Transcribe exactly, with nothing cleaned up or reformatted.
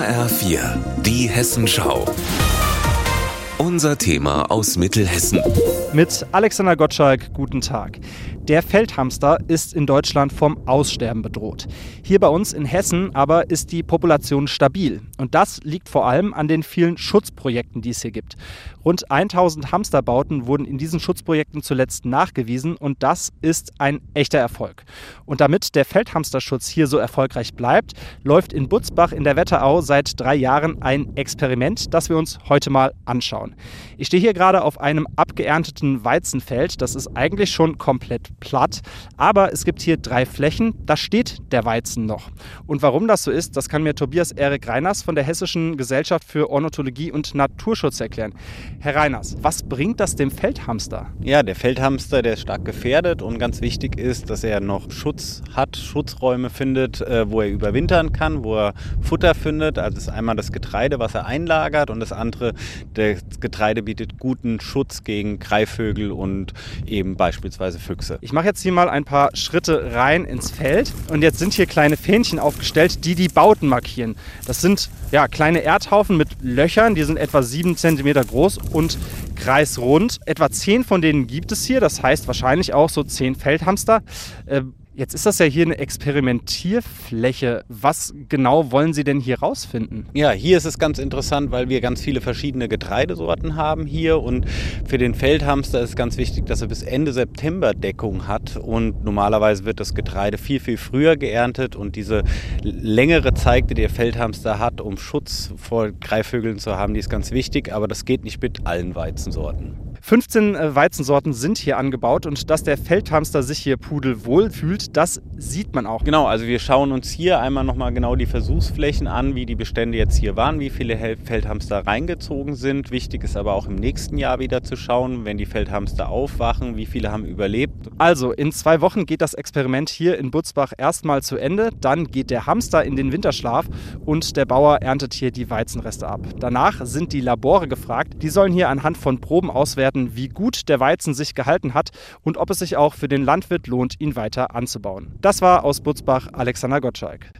H R vier, die Hessenschau. Unser Thema aus Mittelhessen. Mit Alexander Gottschalk, guten Tag. Der Feldhamster ist in Deutschland vom Aussterben bedroht. Hier bei uns in Hessen aber ist die Population stabil. Und das liegt vor allem an den vielen Schutzprojekten, die es hier gibt. Rund tausend Hamsterbauten wurden in diesen Schutzprojekten zuletzt nachgewiesen und das ist ein echter Erfolg. Und damit der Feldhamsterschutz hier so erfolgreich bleibt, läuft in Butzbach in der Wetterau seit drei Jahren ein Experiment, das wir uns heute mal anschauen. Ich stehe hier gerade auf einem abgeernteten Weizenfeld. Das ist eigentlich schon komplett platt, aber es gibt hier drei Flächen, da steht der Weizen noch. Und warum das so ist, das kann mir Tobias Erik Reiners von der Hessischen Gesellschaft für Ornithologie und Naturschutz erklären. Herr Reiners, was bringt das dem Feldhamster? Ja, der Feldhamster, der ist stark gefährdet und ganz wichtig ist, dass er noch Schutz hat, Schutzräume findet, wo er überwintern kann, wo er Futter findet. Also das ist einmal das Getreide, was er einlagert, und das andere, das Getreide bietet guten Schutz gegen Greifvögel und eben beispielsweise Füchse. Ich mache jetzt hier mal ein paar Schritte rein ins Feld und jetzt sind hier kleine Fähnchen aufgestellt, die die Bauten markieren. Das sind ja kleine Erdhaufen mit Löchern, die sind etwa sieben Zentimeter groß und kreisrund. Etwa zehn von denen gibt es hier, das heißt wahrscheinlich auch so zehn Feldhamster. Äh, Jetzt ist das ja hier eine Experimentierfläche. Was genau wollen Sie denn hier rausfinden? Ja, hier ist es ganz interessant, weil wir ganz viele verschiedene Getreidesorten haben hier, und für den Feldhamster ist es ganz wichtig, dass er bis Ende September Deckung hat, und normalerweise wird das Getreide viel, viel früher geerntet, und diese längere Zeit, die der Feldhamster hat, um Schutz vor Greifvögeln zu haben, die ist ganz wichtig, aber das geht nicht mit allen Weizensorten. fünfzehn Weizensorten sind hier angebaut, und dass der Feldhamster sich hier pudelwohl fühlt, das sieht man auch. Genau, also wir schauen uns hier einmal nochmal genau die Versuchsflächen an, wie die Bestände jetzt hier waren, wie viele Feldhamster reingezogen sind. Wichtig ist aber auch im nächsten Jahr wieder zu schauen, wenn die Feldhamster aufwachen, wie viele haben überlebt. Also in zwei Wochen geht das Experiment hier in Butzbach erstmal zu Ende. Dann geht der Hamster in den Winterschlaf und der Bauer erntet hier die Weizenreste ab. Danach sind die Labore gefragt. Die sollen hier anhand von Proben auswerten, wie gut der Weizen sich gehalten hat und ob es sich auch für den Landwirt lohnt, ihn weiter anzubauen. Das war aus Butzbach Alexander Gottschalk.